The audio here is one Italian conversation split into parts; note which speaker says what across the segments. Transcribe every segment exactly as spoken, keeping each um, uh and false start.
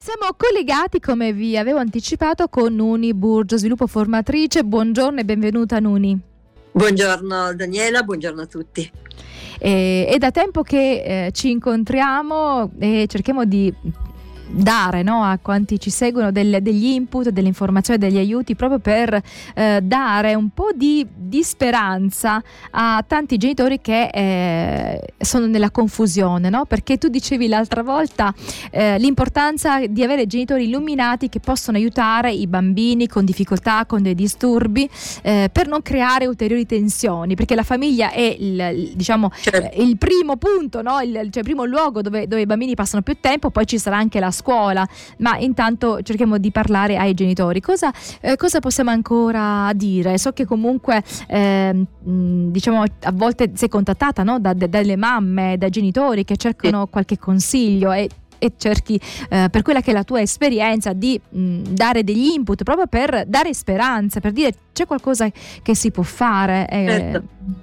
Speaker 1: Siamo collegati, come vi avevo anticipato, con Nuni Burgio, sviluppo formatrice. Buongiorno e benvenuta, Nuni.
Speaker 2: Buongiorno Daniela, buongiorno a tutti.
Speaker 1: Eh, è da tempo che eh, ci incontriamo e cerchiamo di dare, no, a quanti ci seguono del, degli input, delle informazioni, degli aiuti, proprio per eh, dare un po' di, di speranza a tanti genitori che eh, sono nella confusione, no? Perché tu dicevi l'altra volta eh, l'importanza di avere genitori illuminati che possono aiutare i bambini con difficoltà, con dei disturbi, eh, per non creare ulteriori tensioni, perché la famiglia è il, il, diciamo certo. il primo punto, no? il, cioè il primo luogo dove, dove i bambini passano più tempo, poi ci sarà anche la scuola, ma intanto cerchiamo di parlare ai genitori. Cosa, eh, cosa possiamo ancora dire? So che comunque eh, diciamo a volte sei contattata, no? da, da, dalle mamme, dai genitori che cercano sì. qualche consiglio e e cerchi eh, per quella che è la tua esperienza di mh, dare degli input proprio per dare speranza, per dire c'è qualcosa che si può fare. eh.
Speaker 2: Certo.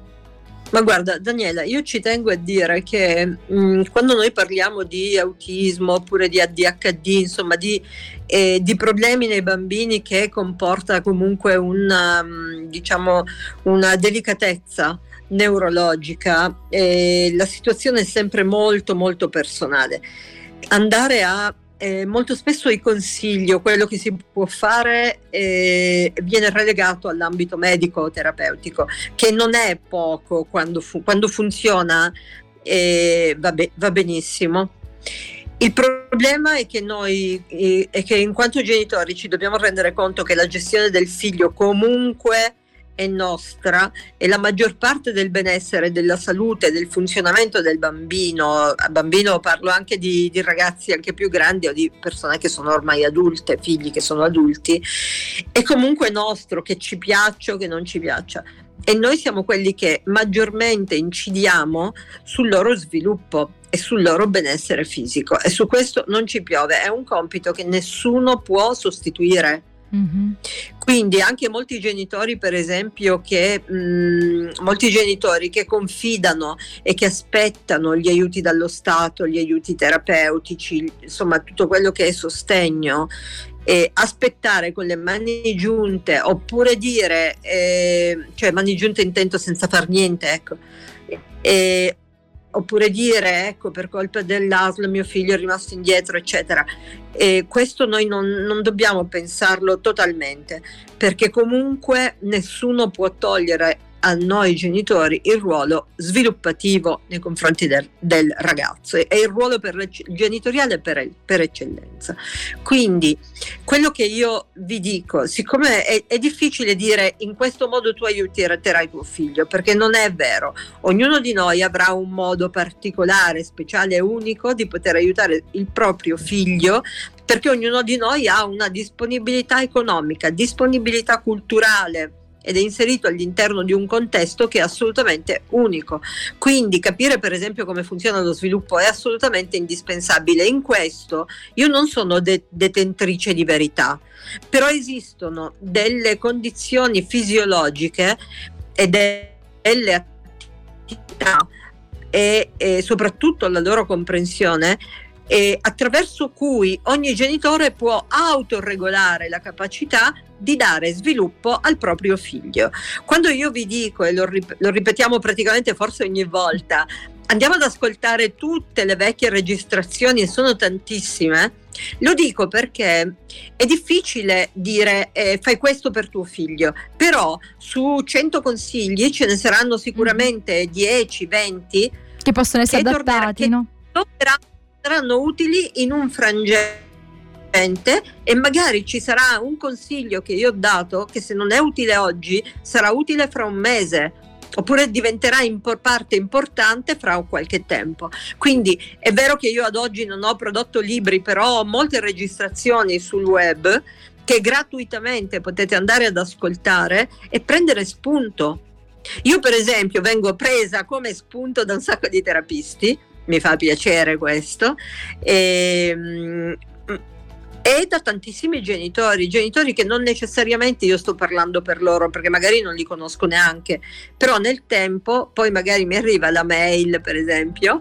Speaker 2: Ma guarda Daniela, io ci tengo a dire che mh, quando noi parliamo di autismo oppure di A D H D, insomma di, eh, di problemi nei bambini che comporta comunque una, mh, diciamo, una delicatezza neurologica, eh, la situazione è sempre molto molto personale. Andare a Eh, molto spesso il consiglio, quello che si può fare, eh, viene relegato all'ambito medico-terapeutico, che non è poco quando, fu- quando funziona, eh, va, be- va benissimo. Il problema è che noi, eh, è che in quanto genitori ci dobbiamo rendere conto che la gestione del figlio comunque è nostra e la maggior parte del benessere, della salute, del funzionamento del bambino, a bambino parlo anche di, di ragazzi anche più grandi o di persone che sono ormai adulte, figli che sono adulti, è comunque nostro, che ci piaccia o che non ci piaccia, e noi siamo quelli che maggiormente incidiamo sul loro sviluppo e sul loro benessere fisico, e su questo non ci piove, è un compito che nessuno può sostituire. Mm-hmm. Quindi anche molti genitori, per esempio, che mh, molti genitori che confidano e che aspettano gli aiuti dallo Stato, gli aiuti terapeutici, insomma tutto quello che è sostegno, e aspettare con le mani giunte, oppure dire eh, cioè mani giunte intendo senza far niente, ecco, e oppure dire ecco per colpa dell'A S L mio figlio è rimasto indietro eccetera, e questo noi non, non dobbiamo pensarlo totalmente, perché comunque nessuno può togliere a noi genitori il ruolo sviluppativo nei confronti del, del ragazzo, è il ruolo per, genitoriale per, per eccellenza. Quindi quello che io vi dico, siccome è, è difficile dire in questo modo tu aiuterai tuo figlio, perché non è vero, ognuno di noi avrà un modo particolare, speciale e unico di poter aiutare il proprio figlio, perché ognuno di noi ha una disponibilità economica, disponibilità culturale, ed è inserito all'interno di un contesto che è assolutamente unico. Quindi capire per esempio come funziona lo sviluppo è assolutamente indispensabile. In questo io non sono de- detentrice di verità, però esistono delle condizioni fisiologiche e de- delle attività e, e soprattutto la loro comprensione, e attraverso cui ogni genitore può autoregolare la capacità di dare sviluppo al proprio figlio. Quando io vi dico, e lo, rip- lo ripetiamo praticamente forse ogni volta, andiamo ad ascoltare tutte le vecchie registrazioni, e sono tantissime, lo dico perché è difficile dire eh, fai questo per tuo figlio, però su cento consigli ce ne saranno sicuramente dieci venti
Speaker 1: che possono essere che adattati, tornerà, no?
Speaker 2: Che saranno utili in un frangente, e magari ci sarà un consiglio che io ho dato che se non è utile oggi sarà utile fra un mese, oppure diventerà impor- parte importante fra qualche tempo. Quindi è vero che io ad oggi non ho prodotto libri, però ho molte registrazioni sul web che gratuitamente potete andare ad ascoltare e prendere spunto. Io per esempio vengo presa come spunto da un sacco di terapisti, mi fa piacere questo, e, e da tantissimi genitori, genitori che non necessariamente io sto parlando per loro, perché magari non li conosco neanche, però nel tempo poi magari mi arriva la mail, per esempio,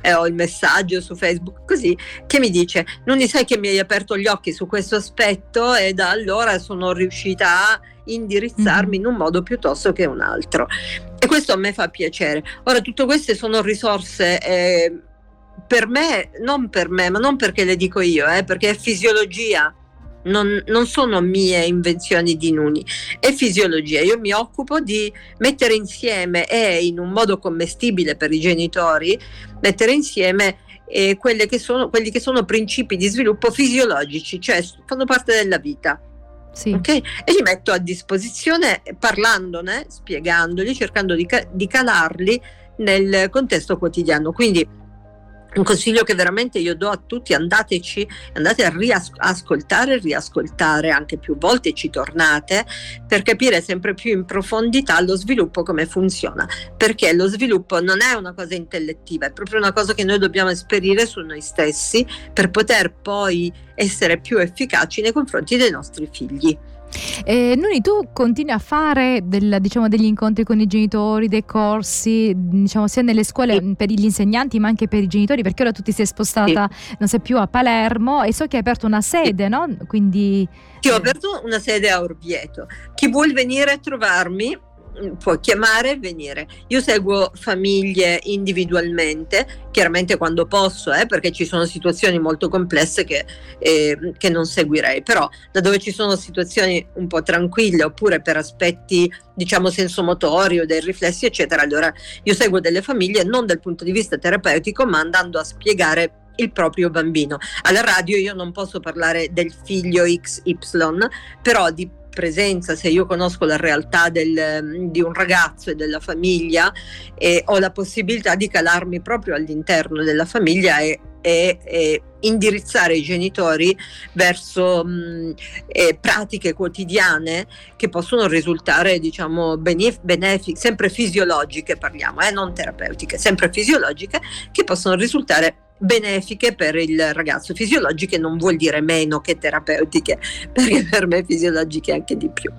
Speaker 2: e ho il messaggio su Facebook così che mi dice: Nuni, sai che mi hai aperto gli occhi su questo aspetto e da allora sono riuscita a indirizzarmi mm-hmm. in un modo piuttosto che un altro, e questo a me fa piacere. Ora, tutte queste sono risorse eh, per me, non per me, ma non perché le dico io, eh, perché è fisiologia. Non, non sono mie invenzioni di Nuni, è fisiologia. Io mi occupo di mettere insieme, e in un modo commestibile per i genitori, mettere insieme eh, quelle che sono, quelli che sono principi di sviluppo fisiologici, cioè fanno parte della vita.
Speaker 1: Sì.
Speaker 2: Okay? E li metto a disposizione parlandone, spiegandoli, cercando di, di calarli nel contesto quotidiano. Quindi un consiglio che veramente io do a tutti: andateci, andate a riascoltare, riascoltare anche più volte, e ci tornate per capire sempre più in profondità lo sviluppo come funziona, perché lo sviluppo non è una cosa intellettiva, è proprio una cosa che noi dobbiamo esperire su noi stessi per poter poi essere più efficaci nei confronti dei nostri figli.
Speaker 1: Eh, Nuni, tu continui a fare del, diciamo, degli incontri con i genitori, dei corsi, diciamo, sia nelle scuole sì. per gli insegnanti ma anche per i genitori, perché ora tu ti sei spostata, sì. non sei più a Palermo, e so che hai aperto una sede, sì. no? Quindi
Speaker 2: sì, ho aperto una sede a Orvieto. Chi vuol venire a trovarmi può chiamare e venire. Io seguo famiglie individualmente, chiaramente quando posso, eh, perché ci sono situazioni molto complesse che, eh, che non seguirei, però da dove ci sono situazioni un po' tranquille, oppure per aspetti diciamo sensomotori o dei riflessi eccetera, allora io seguo delle famiglie non dal punto di vista terapeutico, ma andando a spiegare il proprio bambino. Alla radio io non posso parlare del figlio X Y, però di presenza, se io conosco la realtà del, di un ragazzo e della famiglia, e ho la possibilità di calarmi proprio all'interno della famiglia e, e, e indirizzare i genitori verso mh, eh, pratiche quotidiane che possono risultare diciamo benef- benefiche, sempre fisiologiche parliamo, eh, non terapeutiche, sempre fisiologiche, che possono risultare benefiche per il ragazzo. Fisiologiche non vuol dire meno che terapeutiche, perché per me fisiologiche anche di più.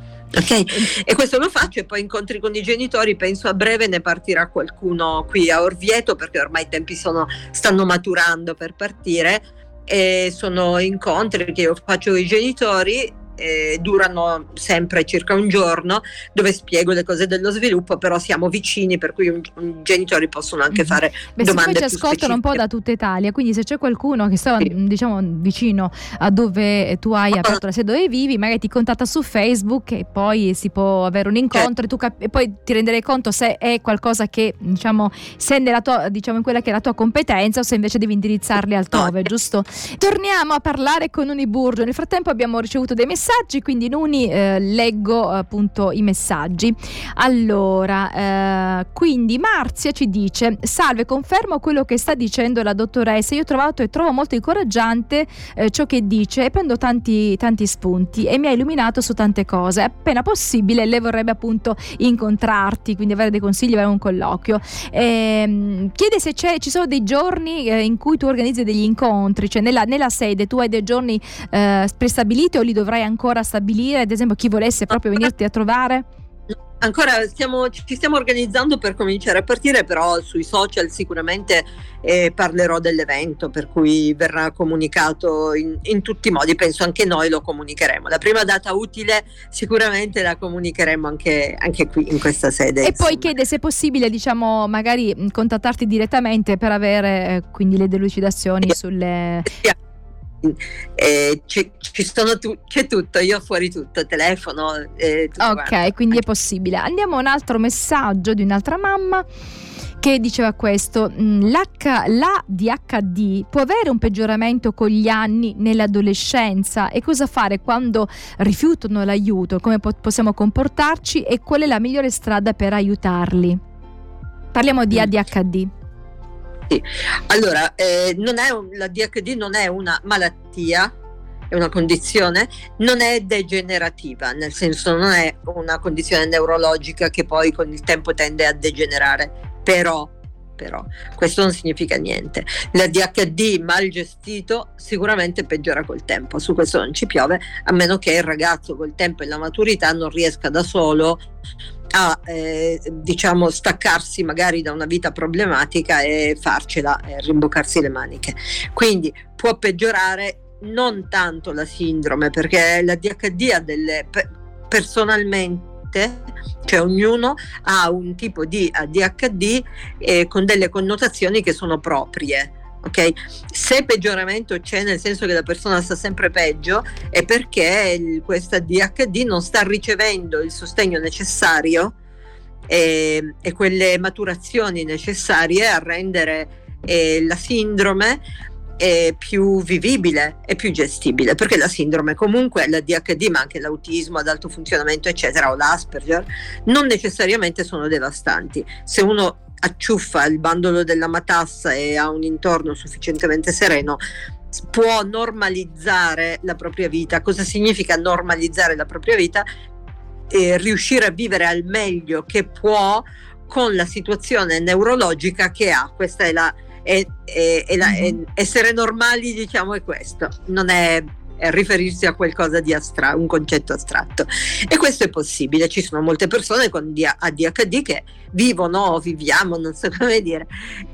Speaker 2: Ok? E questo lo faccio, e poi incontri con i genitori, penso a breve ne partirà qualcuno qui a Orvieto, perché ormai i tempi sono, stanno maturando per partire, e sono incontri che io faccio con i genitori. Eh, durano sempre circa un giorno, dove spiego le cose dello sviluppo, però siamo vicini, per cui un, un genitori possono anche fare
Speaker 1: Beh,
Speaker 2: domande più
Speaker 1: ci ascoltano
Speaker 2: specifiche.
Speaker 1: Un po' da tutta Italia, quindi se c'è qualcuno che sta sì. diciamo vicino a dove tu hai aperto la sede dove vivi, magari ti contatta su Facebook e poi si può avere un incontro, certo. e, tu cap- e poi ti renderai conto se è qualcosa che diciamo se è nella tua, diciamo in quella che è la tua competenza, o se invece devi indirizzarli altrove, no. giusto? Torniamo a parlare con Nuni Burgio. Nel frattempo abbiamo ricevuto dei messaggi, quindi Nuni eh, leggo appunto i messaggi. Allora, eh, quindi Marzia ci dice: salve, confermo quello che sta dicendo la dottoressa, io ho trovato e trovo molto incoraggiante eh, ciò che dice, e prendo tanti, tanti spunti, e mi ha illuminato su tante cose. Appena possibile lei vorrebbe appunto incontrarti, quindi avere dei consigli, avere un colloquio. Eh, chiede se c'è, ci sono dei giorni eh, in cui tu organizzi degli incontri, cioè nella, nella sede tu hai dei giorni eh, prestabiliti, o li dovrai ancora stabilire, ad esempio chi volesse proprio venirti a trovare?
Speaker 2: Ancora stiamo, ci stiamo organizzando per cominciare a partire, però sui social sicuramente eh, parlerò dell'evento, per cui verrà comunicato in, in tutti i modi. Penso anche noi lo comunicheremo. La prima data utile sicuramente la comunicheremo anche, anche qui in questa sede.
Speaker 1: E
Speaker 2: insomma.
Speaker 1: Poi chiede se è possibile diciamo magari contattarti direttamente per avere eh, quindi le delucidazioni sì. sulle...
Speaker 2: Sì. Eh, ci, ci sono tu, c'è tutto, io fuori tutto, telefono eh, tutto
Speaker 1: ok,
Speaker 2: guarda.
Speaker 1: Quindi è possibile. Andiamo a un altro messaggio di un'altra mamma che diceva questo: L'H, la D H D può avere un peggioramento con gli anni nell'adolescenza, e cosa fare quando rifiutano l'aiuto, come po- possiamo comportarci e qual è la migliore strada per aiutarli? Parliamo di A D H D.
Speaker 2: Sì. Allora, eh, non è un, la D H D non è una malattia, è una condizione, non è degenerativa, nel senso non è una condizione neurologica che poi con il tempo tende a degenerare, però però questo non significa niente. L'A D H D mal gestito sicuramente peggiora col tempo, su questo non ci piove, a meno che il ragazzo col tempo e la maturità non riesca da solo a eh, diciamo staccarsi magari da una vita problematica e farcela e rimboccarsi le maniche. Quindi può peggiorare non tanto la sindrome, perché l'A D H D ha delle personalmente, cioè ognuno ha un tipo di A D H D eh, con delle connotazioni che sono proprie, ok? Se peggioramento c'è nel senso che la persona sta sempre peggio, è perché il, questa A D H D non sta ricevendo il sostegno necessario e, e quelle maturazioni necessarie a rendere eh, la sindrome è più vivibile e più gestibile, perché la sindrome comunque, l'A D H D ma anche l'autismo ad alto funzionamento eccetera o l'Asperger non necessariamente sono devastanti. Se uno acciuffa il bandolo della matassa e ha un intorno sufficientemente sereno, può normalizzare la propria vita. Cosa significa normalizzare la propria vita? E riuscire a vivere al meglio che può con la situazione neurologica che ha. Questa è la E, e, e la, e essere normali, diciamo, è questo, non è, è riferirsi a qualcosa di astratto, un concetto astratto, e questo è possibile. Ci sono molte persone con A D H D che vivono o viviamo, non so come dire,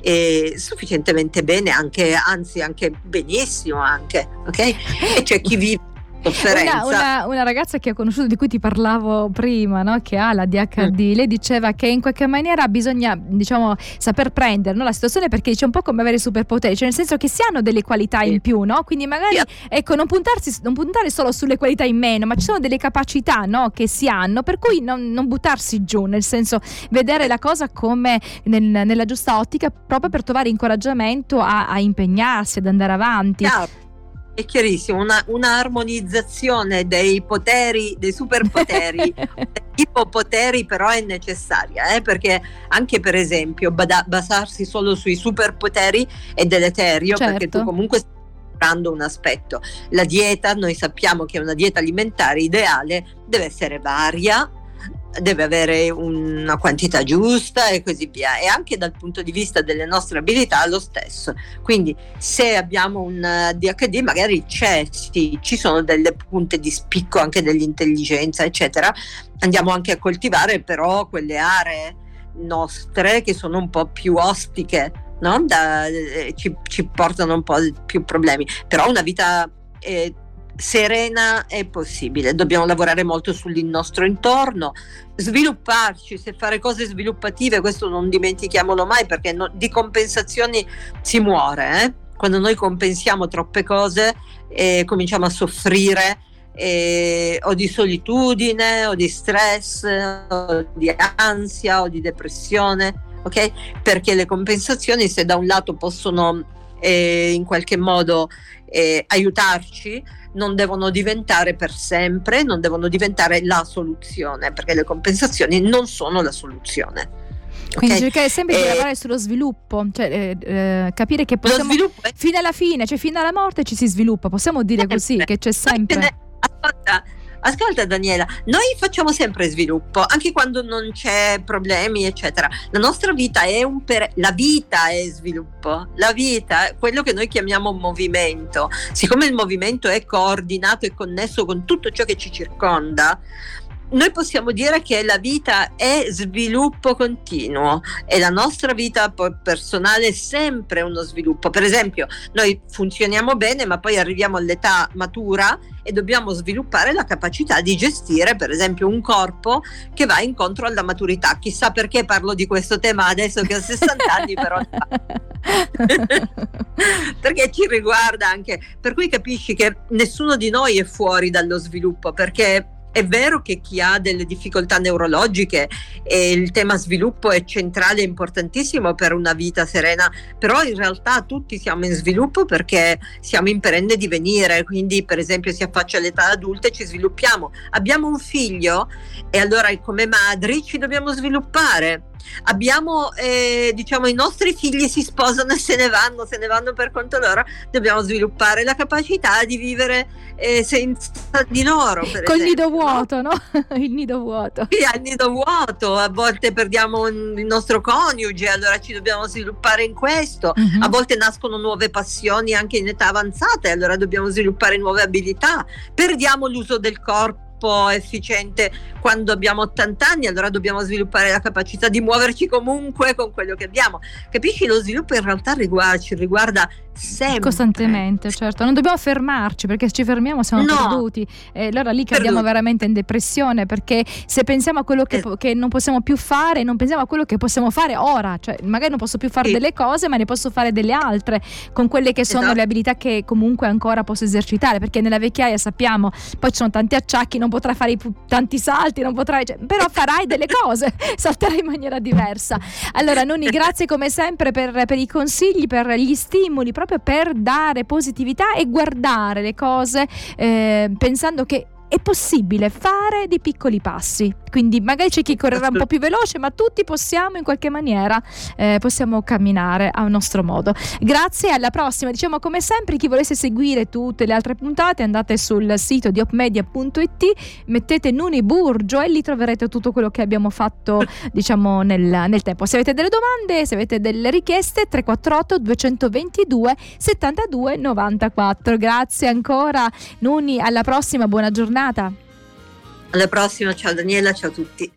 Speaker 2: e sufficientemente bene, anche, anzi anche benissimo anche, ok? E c'è chi vive
Speaker 1: Una, una, una ragazza che ho conosciuto, di cui ti parlavo prima, no? Che ha la D H D, mm. lei diceva che in qualche maniera bisogna, diciamo, saper prendere, no? La situazione, perché dice un po' come avere superpoteri, cioè nel senso che si hanno delle qualità in più, no? Quindi magari yeah. ecco, non puntarsi, non puntare solo sulle qualità in meno, ma ci sono delle capacità, no? Che si hanno, per cui non, non buttarsi giù, nel senso vedere la cosa come nel, nella giusta ottica, proprio per trovare incoraggiamento a, a impegnarsi, ad andare avanti.
Speaker 2: Yeah. È chiarissimo, una, una armonizzazione dei poteri, dei superpoteri, ipopoteri però è necessaria, eh? Perché anche per esempio bada, basarsi solo sui superpoteri è deleterio, certo. Perché tu comunque stai curando un aspetto. La dieta, noi sappiamo che una dieta alimentare ideale deve essere varia, deve avere una quantità giusta e così via, e anche dal punto di vista delle nostre abilità lo stesso. Quindi se abbiamo un D H D magari c'è, sì, ci sono delle punte di spicco anche dell'intelligenza eccetera, andiamo anche a coltivare però quelle aree nostre che sono un po' più ostiche, no? Da, eh, ci, ci portano un po' più problemi, però una vita eh, serena è possibile. Dobbiamo lavorare molto sul nostro intorno, svilupparci, se fare cose sviluppative, questo non dimentichiamolo mai, perché no, di compensazioni si muore, eh? Quando noi compensiamo troppe cose eh, cominciamo a soffrire eh, o di solitudine o di stress o di ansia o di depressione, ok? Perché le compensazioni, se da un lato possono eh, in qualche modo eh, aiutarci, non devono diventare per sempre, non devono diventare la soluzione, perché le compensazioni non sono la soluzione.
Speaker 1: Quindi
Speaker 2: okay?
Speaker 1: cercare sempre di
Speaker 2: eh,
Speaker 1: lavorare sullo sviluppo, cioè eh, eh, capire che possiamo, è... fino alla fine, cioè fino alla morte ci si sviluppa, possiamo dire sempre. Così, che c'è sempre.
Speaker 2: Ascolta, ascolta Daniela, noi facciamo sempre sviluppo, anche quando non c'è problemi eccetera. La nostra vita è un per... la vita è sviluppo, la vita, quello che noi chiamiamo movimento. Siccome il movimento è coordinato e connesso con tutto ciò che ci circonda, noi possiamo dire che la vita è sviluppo continuo e la nostra vita personale è sempre uno sviluppo. Per esempio, noi funzioniamo bene, ma poi arriviamo all'età matura e dobbiamo sviluppare la capacità di gestire, per esempio, un corpo che va incontro alla maturità. Chissà perché parlo di questo tema adesso che ho sessanta anni, però perché ci riguarda anche, per cui capisci che nessuno di noi è fuori dallo sviluppo, perché è vero che chi ha delle difficoltà neurologiche e il tema sviluppo è centrale e importantissimo per una vita serena, però in realtà tutti siamo in sviluppo perché siamo in perenne divenire, quindi per esempio si affaccia all'età adulta e ci sviluppiamo. Abbiamo un figlio e allora come madri ci dobbiamo sviluppare. Abbiamo eh, diciamo i nostri figli si sposano e se ne vanno, se ne vanno per conto loro, dobbiamo sviluppare la capacità di vivere eh, senza di loro, per
Speaker 1: con
Speaker 2: esempio.
Speaker 1: Nido vuoto, no? Il nido vuoto.
Speaker 2: Sì, al nido vuoto, a volte perdiamo il nostro coniuge, allora ci dobbiamo sviluppare in questo, uh-huh. a volte nascono nuove passioni anche in età avanzata e allora dobbiamo sviluppare nuove abilità, perdiamo l'uso del corpo efficiente quando abbiamo ottanta anni, allora dobbiamo sviluppare la capacità di muoverci comunque con quello che abbiamo. Capisci? Lo sviluppo in realtà riguarda, ci riguarda sempre,
Speaker 1: costantemente, certo, non dobbiamo fermarci, perché se ci fermiamo siamo no. perduti e allora lì cadiamo perduti. veramente in depressione, perché se pensiamo a quello che, eh. che non possiamo più fare, non pensiamo a quello che possiamo fare ora, cioè magari non posso più fare sì. delle cose, ma ne posso fare delle altre con quelle che sono esatto. le abilità che comunque ancora posso esercitare, perché nella vecchiaia sappiamo poi ci sono tanti acciacchi, non potrai fare tanti salti, non potrai, cioè, però farai delle cose, salterai in maniera diversa. Allora Nuni, grazie come sempre per, per i consigli, per gli stimoli, proprio per dare positività e guardare le cose eh, pensando che è possibile fare dei piccoli passi, quindi magari c'è chi correrà un po' più veloce, ma tutti possiamo in qualche maniera eh, possiamo camminare a nostro modo. Grazie, alla prossima. Diciamo come sempre, chi volesse seguire tutte le altre puntate andate sul sito di opmedia punto it, mettete Nuni Burgio e lì troverete tutto quello che abbiamo fatto diciamo nel, nel tempo. Se avete delle domande, se avete delle richieste, tre quattro otto due due due sette due nove quattro. Grazie ancora Nuni, alla prossima, buona giornata.
Speaker 2: Alla prossima, ciao Daniela, ciao a tutti.